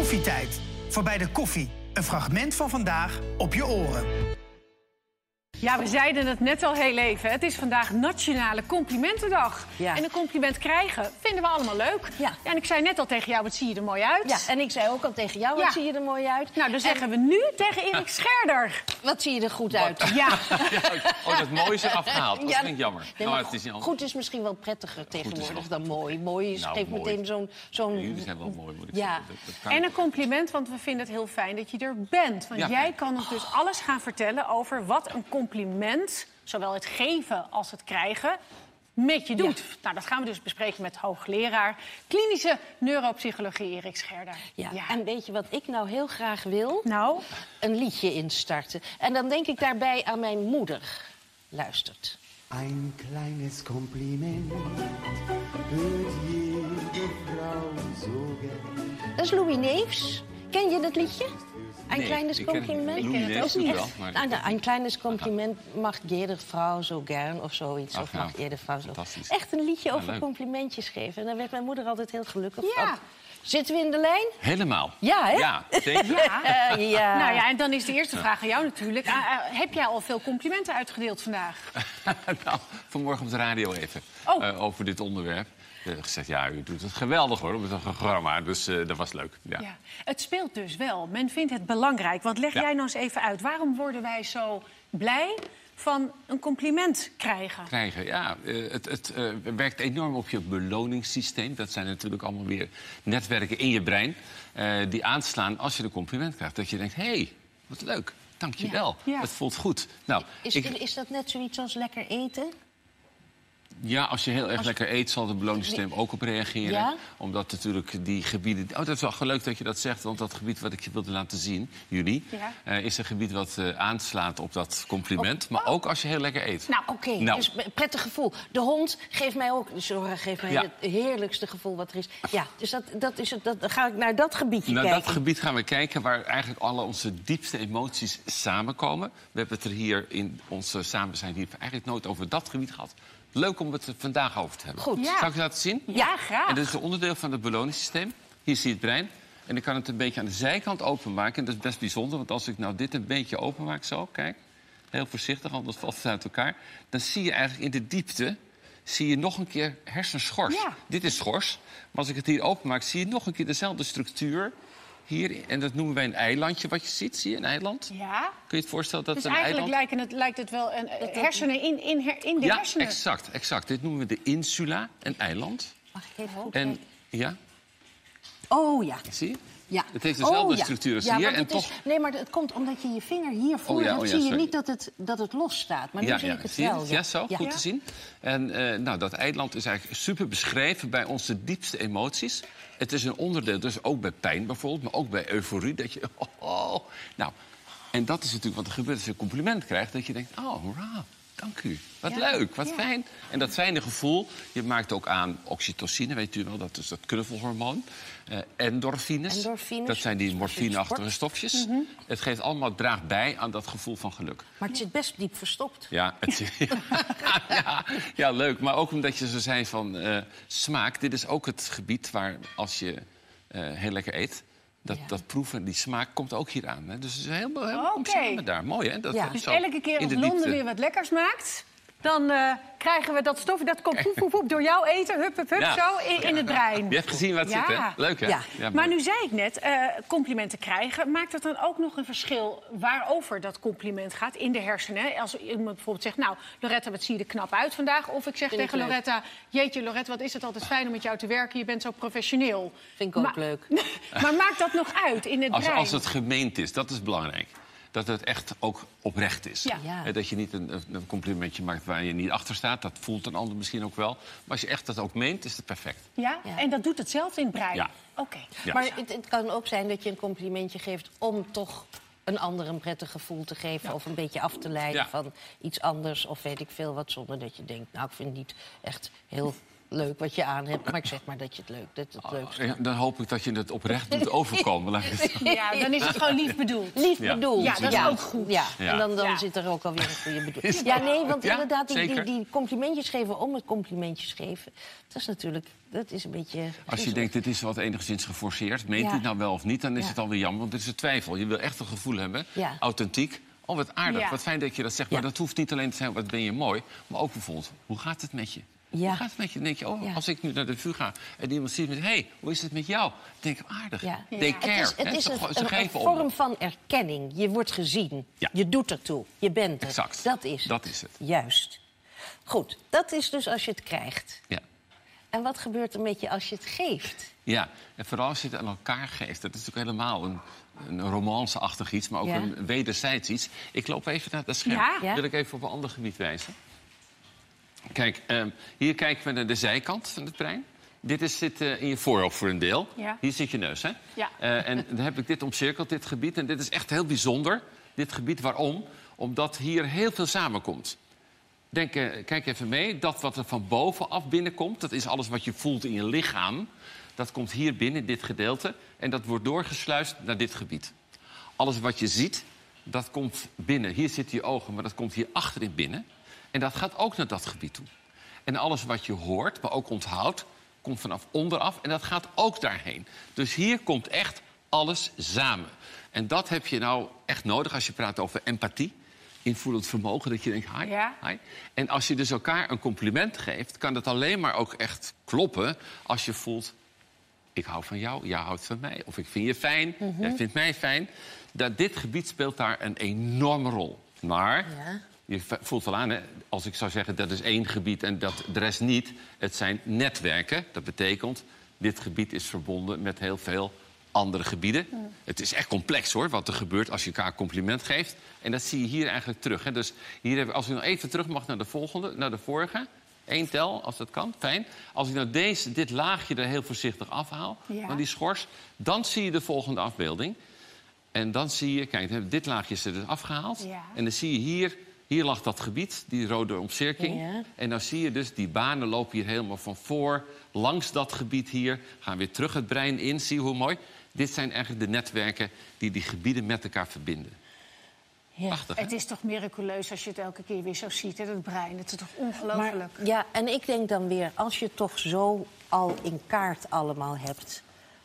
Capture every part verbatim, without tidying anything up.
Koffietijd. Voorbij de koffie. Een fragment van vandaag op je oren. Ja, we zeiden het net al heel even. Het is vandaag Nationale Complimentendag. Ja. En een compliment krijgen vinden we allemaal leuk. Ja. Ja, en ik zei net al tegen jou, wat zie je er mooi uit. Ja, en ik zei ook al tegen jou, wat Ja. zie je er mooi uit. Nou, dan zeggen we nu tegen Erik Scherder. Wat zie je er goed uit. Ja. Ja, oh, dat mooie is er afgehaald. Dat Ja, vind ik jammer. Nee, Nou, maar het is niet goed, anders. goed is misschien wel prettiger tegenwoordig nog- dan mooi. Mooi is, Nou, geeft mooi. meteen zo'n... zo'n Jullie zijn wel mooi, moet ik Ja. zeggen. Dat, dat kan En ik. een compliment, want we vinden het heel fijn dat je er bent. Want Ja. jij kan ons dus alles gaan vertellen over wat een compliment, zowel het geven als het krijgen, met je doet. Nou, dat gaan we dus bespreken met hoogleraar klinische neuropsychologie Erik Scherder. Ja. En weet je wat ik nou heel graag wil? Nou, Een liedje instarten. En dan denk ik daarbij aan mijn moeder. Luistert. Ein kleines Kompliment wird jede Frau so gern. Dat is Louis Neefs. Ken je dat liedje? Een Nee, kleines ik ken compliment. Louis Dat Neefs is wel, echt- maar- Nou, nou, een kleines compliment mag jede vrouw zo gern of zoiets. Ach, of nou, mag jede vrouw zo. fantastisch. Echt een liedje Ja, over leuk. complimentjes geven. En daar werd mijn moeder altijd heel gelukkig Ja. van. Zitten we in de lijn? Helemaal. Ja, hè? Ja, zeker. ja. Eh, ja. Nou ja, en dan is de eerste vraag aan jou natuurlijk. Ah, ah, heb jij al veel complimenten uitgedeeld vandaag? Nou, vanmorgen op de radio even Oh. eh, over dit onderwerp. Uh, gezegd, ja, u doet het geweldig hoor, op het programma. Dus eh, dat was leuk. Ja. Ja. Het speelt dus wel. Men vindt het belangrijk. Want leg Ja. jij nou eens even uit. Waarom worden wij zo blij van een compliment krijgen? Krijgen. Ja, eh, het, het eh, werkt enorm op je beloningssysteem. Dat zijn natuurlijk allemaal weer netwerken in je brein eh, die aanslaan als je een compliment krijgt. Dat je denkt, hé, hey, wat leuk, dank je wel. Ja. Het voelt goed. Nou, Is, ik, is dat net zoiets als lekker eten? ja, als je heel erg lekker eet, zal het beloningssysteem ook op reageren. Ja? Omdat natuurlijk die gebieden... Oh, dat is wel leuk dat je dat zegt, want dat gebied wat ik je wilde laten zien, jullie... Ja. eh, is een gebied wat eh, aanslaat op dat compliment. Maar ook als je heel lekker eet. Nou, Oké, Nou. dus een prettig gevoel. De hond geeft mij ook, Zora geeft mij Ja. het heerlijkste gevoel wat er is. Ja, dus dat, dat is het, dat, dan ga ik naar dat gebiedje Naar kijken. dat gebied gaan we kijken waar eigenlijk alle onze diepste emoties samenkomen. We hebben het er hier in onze samen zijn hier eigenlijk nooit over dat gebied gehad. Leuk om het er vandaag over te hebben. Goed. Ja. Zal ik je laten zien? Ja, graag. En dit is een onderdeel van het beloningssysteem. Hier zie je het brein. En ik kan het een beetje aan de zijkant openmaken. En dat is best bijzonder, want als ik nou dit een beetje openmaak, zo, kijk. Heel voorzichtig, anders valt het uit elkaar. Dan zie je eigenlijk in de diepte zie je nog een keer hersenschors. Ja. Dit is schors. Maar als ik het hier openmaak, zie je nog een keer dezelfde structuur. Hier, en dat noemen wij een eilandje, wat je ziet. Zie je, een eiland? Ja. Kun je het voorstellen dat Dus het een eigenlijk eiland... lijkt het, lijkt het wel een eh, hersenen in, in, her- in de Ja, hersenen. exact, exact. Dit noemen we de insula, een eiland. Mag ik even goed En kijken? ja, Oh ja. zie je? Ja. Het heeft dezelfde Oh, ja. structuur als ja, hier. want En het is- toch... Nee, maar het komt omdat je je vinger hiervoor Oh ja, hebt, oh ja, zie je sorry. niet dat het, dat het los staat. Maar nu Ja, zie ja, ik het zie je wel. het? Ja, zo, Ja. goed te zien. En eh, nou, dat eiland is eigenlijk super beschreven bij onze diepste emoties. Het is een onderdeel, dus ook bij pijn bijvoorbeeld, maar ook bij euforie. Dat je, oh, oh. Nou, en dat is natuurlijk wat er gebeurt als je een compliment krijgt. Dat je denkt, oh, hoera, dank u. Wat Ja. leuk, wat Ja. fijn. En dat fijne gevoel, je maakt ook aan oxytocine, weet u wel. Dat is dat knuffelhormoon. Eh, endorfines, Endorfines, dat zijn die dat is morfineachtige sport. stofjes. Het geeft allemaal, het draagt bij aan dat gevoel van geluk. Maar het zit best diep verstopt. Ja, het, ja, ja, leuk. Maar ook omdat je zo zei van eh, smaak. Dit is ook het gebied waar als je eh, heel lekker eet... Dat, Ja. dat proeven, die smaak komt ook hier aan. Hè? Dus het is helemaal, helemaal Oké. samen daar. Mooi, hè? Dat, Ja. dat Dus zo elke keer in als de Londen diepte. weer wat lekkers maakt, dan eh, krijgen we dat stof. Dat komt poep, poep, poep, door jouw eten, hup, hup, hup, Ja. zo in, in het brein. Je hebt gezien wat Ja. zit, hè? Leuk, hè? Ja. Maar mooi. nu zei ik net, eh, complimenten krijgen. Maakt het dan ook nog een verschil waarover dat compliment gaat in de hersenen? Als iemand bijvoorbeeld zegt, nou, Loretta, wat zie je er knap uit vandaag? Of ik zeg Vind ik tegen leuk. Loretta, jeetje, Loretta, wat is het altijd fijn om met jou te werken. Je bent zo professioneel. Vind ik ook Maar- leuk. Maar maakt dat nog uit in het Als, brein? als het gemeend is, dat is belangrijk. Dat het echt ook oprecht is. Ja. Ja. Eh, Dat je niet een, een complimentje maakt waar je niet achter staat. Dat voelt een ander misschien ook wel. Maar als je echt dat ook meent, is het perfect. Ja? Ja. En dat doet hetzelfde in het brein? Ja. Oké. Ja. Maar het, het kan ook zijn dat je een complimentje geeft om toch een ander een prettig gevoel te geven. Of een beetje af te leiden Ja. van iets anders. Of weet ik veel wat, zonder dat je denkt, nou, ik vind het niet echt heel leuk wat je aan hebt. Maar ik zeg maar dat je het leuk, dat het leuk is. Ja, dan hoop ik dat je het oprecht doet overkomen. Laat ik het zo- Ja, dan is het gewoon lief bedoeld. Lief Ja. bedoeld. Ja, dat is ook goed. Ja, Ja. en dan, dan Ja. zit er ook alweer een goede Is bedoeling. dat Ja, nee, want Ja, inderdaad, die, die, zeker. die complimentjes geven om het complimentjes geven... dat is natuurlijk, dat is een beetje... Als je griezelig. denkt, dit is wat enigszins geforceerd, meent Ja. hij het nou wel of niet, dan is Ja. het alweer jammer, want het is een twijfel. Je wil echt een gevoel hebben, Ja. authentiek. Oh, wat aardig, Ja. wat fijn dat je dat zegt. Maar Ja. dat hoeft niet alleen te zijn, wat ben je mooi, maar ook bijvoorbeeld, hoe gaat het met je? Ja. Hoe gaat het met je? Dan denk je, oh, Ja. als ik nu naar de vuur ga en iemand ziet met, hé, hey, hoe is het met jou? Dan denk ik, aardig. Ja. They Ja. care. Het is, het hè? is Ze- een, ze een- een geven om. vorm van erkenning. Je wordt gezien. Ja. Je doet ertoe. Je bent er. Exact. Dat is het. Dat is het. Juist. Goed, dat is dus als je het krijgt. Ja. En wat gebeurt er met je als je het geeft? Ja, en vooral als je het aan elkaar geeft. Dat is natuurlijk helemaal een, een romance-achtig iets, maar ook Ja. een wederzijds iets. Ik loop even naar dat scherm. Ja? Ja. Wil ik even op een ander gebied wijzen? Kijk, ehm, hier kijken we naar de zijkant van het brein. Dit is, zit eh, in je voorhoofd voor een deel. Ja. Hier zit je neus, hè? Ja. Eh, en dan heb ik dit omcirkeld, dit gebied. En dit is echt heel bijzonder, dit gebied. Waarom? Omdat hier heel veel samenkomt. Denk, eh, kijk even mee. Dat wat er van bovenaf binnenkomt, dat is alles wat je voelt in je lichaam. Dat komt hier binnen, in dit gedeelte. En dat wordt doorgesluist naar dit gebied. Alles wat je ziet, dat komt binnen. Hier zitten je ogen, maar dat komt hier achterin binnen. En dat gaat ook naar dat gebied toe. En alles wat je hoort, maar ook onthoudt, komt vanaf onderaf. En dat gaat ook daarheen. Dus hier komt echt alles samen. En dat heb je nou echt nodig als je praat over empathie. Invoelend vermogen, dat je denkt, hi, Ja. hi. En als je dus elkaar een compliment geeft, kan dat alleen maar ook echt kloppen als je voelt, ik hou van jou, jij houdt van mij. Of ik vind je fijn, jij vindt mij fijn. Dat, dit gebied speelt daar een enorme rol. Maar Ja. je v- voelt wel aan, hè, als ik zou zeggen dat is één gebied en dat de rest niet. Het zijn netwerken. Dat betekent, dit gebied is verbonden met heel veel andere gebieden. Het is echt complex hoor, wat er gebeurt als je elkaar compliment geeft. En dat zie je hier eigenlijk terug. Hè. Dus hier hebben, als u nog even terug mag naar de volgende, naar de vorige. Eén tel, als dat kan, fijn. Als ik nou deze, dit laagje er heel voorzichtig afhaal, Ja. van die schors, dan zie je de volgende afbeelding. En dan zie je, kijk, dit laagje is er dus afgehaald. Ja. En dan zie je hier, hier lag dat gebied, die rode omcirkeling. Ja. En dan zie je dus, die banen lopen hier helemaal van voor, langs dat gebied hier. Gaan weer terug het brein in, zie je hoe mooi. Dit zijn eigenlijk de netwerken die die gebieden met elkaar verbinden. Ja. Prachtig, hè? Het is toch miraculeus als je het elke keer weer zo ziet, hè, dat brein. Het is toch Maar, ongelooflijk. ja, en ik denk dan weer, als je het toch zo al in kaart allemaal hebt,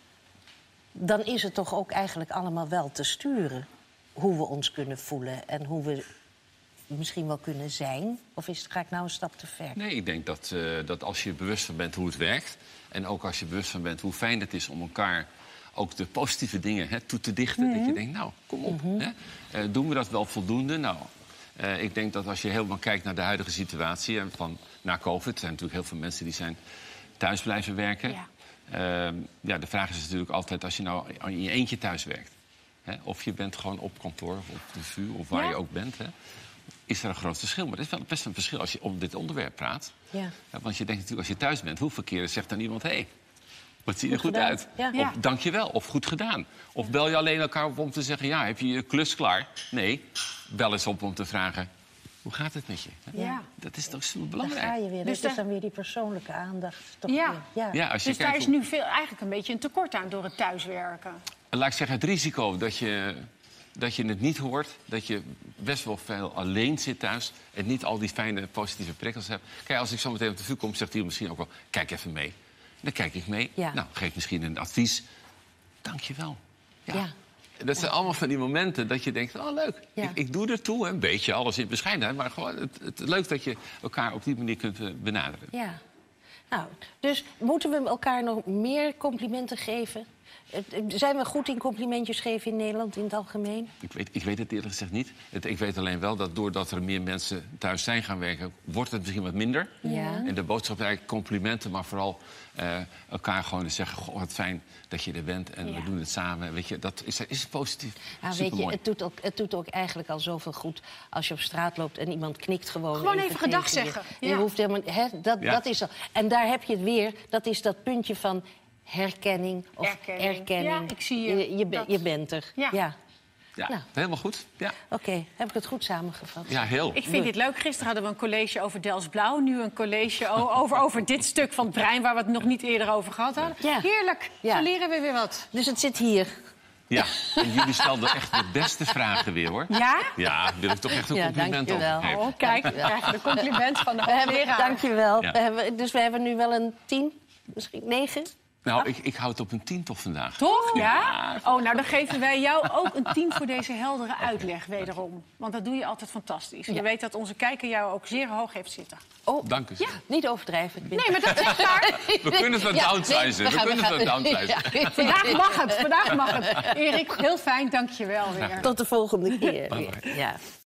dan is het toch ook eigenlijk allemaal wel te sturen hoe we ons kunnen voelen en hoe we misschien wel kunnen zijn. Of is, ga ik nou een stap te ver? Nee, ik denk dat, eh, dat als je bewust van bent hoe het werkt, en ook als je bewust van bent hoe fijn het is om elkaar ook de positieve dingen hè, toe te dichten. Dat je denkt, nou, kom op. Hè? Eh, doen we dat wel voldoende? Nou, eh, ik denk dat als je helemaal kijkt naar de huidige situatie en van na COVID, er zijn natuurlijk heel veel mensen die zijn thuis blijven werken. Ja. Ehm, ja, de vraag is natuurlijk altijd als je nou in je eentje thuis werkt. Hè, of je bent gewoon op kantoor of op de V U of waar Ja. je ook bent. Hè, is er een groot verschil. Maar er is wel best een verschil als je om dit onderwerp praat. Ja. Ja, want je denkt natuurlijk als je thuis bent, hoeveel keren zegt dan iemand, hé, hey, wat zie je er Goed goed gedaan. uit? Ja. Of Ja. dank je wel, of goed gedaan. Of bel je alleen elkaar op om te zeggen, ja, heb je je klus klaar? Nee, bel eens op om te vragen, hoe gaat het met je? Ja. Dat is toch super Daar belangrijk. ga je weer. Dus dat is de- dan weer die persoonlijke aandacht. Toch Ja. weer. Ja. Ja, als je Dus daar kijkt is hoe- nu veel, eigenlijk een beetje een tekort aan door het thuiswerken. Laat ik zeggen, het risico dat je, dat je het niet hoort, dat je best wel veel alleen zit thuis en niet al die fijne positieve prikkels hebt. Kijk, als ik zo meteen op de vuur kom, zegt hij misschien ook wel, kijk even mee. Dan kijk ik mee. Ja. Nou, geef misschien een advies. Dank je wel. Ja. Ja. Dat zijn allemaal van die momenten dat je denkt, oh leuk, Ja. ik, ik doe er toe. Een beetje, alles in bescheidenheid. Maar gewoon het, het leuk dat je elkaar op die manier kunt eh, benaderen. Ja. Nou, dus moeten we elkaar nog meer complimenten geven? Eh, Zijn we goed in complimentjes geven in Nederland in het algemeen? Ik weet, ik weet het eerlijk gezegd niet. Het, ik weet alleen wel dat doordat er meer mensen thuis zijn gaan werken, wordt het misschien wat minder. Ja. En de boodschap is eigenlijk complimenten, maar vooral eh, elkaar gewoon zeggen, goh, wat fijn dat je er bent en Ja. we doen het samen. Weet je, dat is, is positief. Nou, weet je, Supermooi. het doet, ook, het doet ook eigenlijk al zoveel goed als je op straat loopt en iemand knikt gewoon. Gewoon even gedag tegen je. zeggen, Je ja. hoeft helemaal, hè, dat, Ja. dat is al. En daar heb je het weer. Dat is dat puntje van herkenning of Erkenning. erkenning. Ja, ik zie je. Je, je, be- Dat- je bent er. Ja. Ja. Ja, Nou. helemaal goed. Ja, Oké, heb ik het goed samengevat? ja heel. Ik vind dit leuk. Gisteren hadden we een college over Delfts Blauw. Nu een college o- over, over dit stuk van het brein... waar we het nog niet eerder over gehad hadden. Ja. Heerlijk. Ja. Zo leren we weer wat. Dus het zit hier. Ja, en jullie stelden echt de beste vragen weer, hoor. Ja? Ja, daar wil ik toch echt een Ja, compliment op dankjewel. geven. Oh, kijk, we krijgen de compliment van de We hebben, hoogleraar. dankjewel. Ja. We hebben, dus we hebben nu wel een tien, misschien negen. Nou, ik, ik hou het op een tien toch vandaag. Toch? Ja? Oh, nou dan geven wij jou ook een tien voor deze heldere uitleg wederom. Want dat doe je altijd fantastisch. Je Ja. weet dat onze kijker jou ook zeer hoog heeft zitten. Oh, Dank u. niet overdrijven. Nee, maar dat is waar. We kunnen het Ja, downsizen. nee, We gaan- kunnen gaan- het downsizen. Ja. Vandaag mag het, vandaag mag het. Erik, heel fijn, dank je wel weer. Tot de volgende keer. weer. Ja.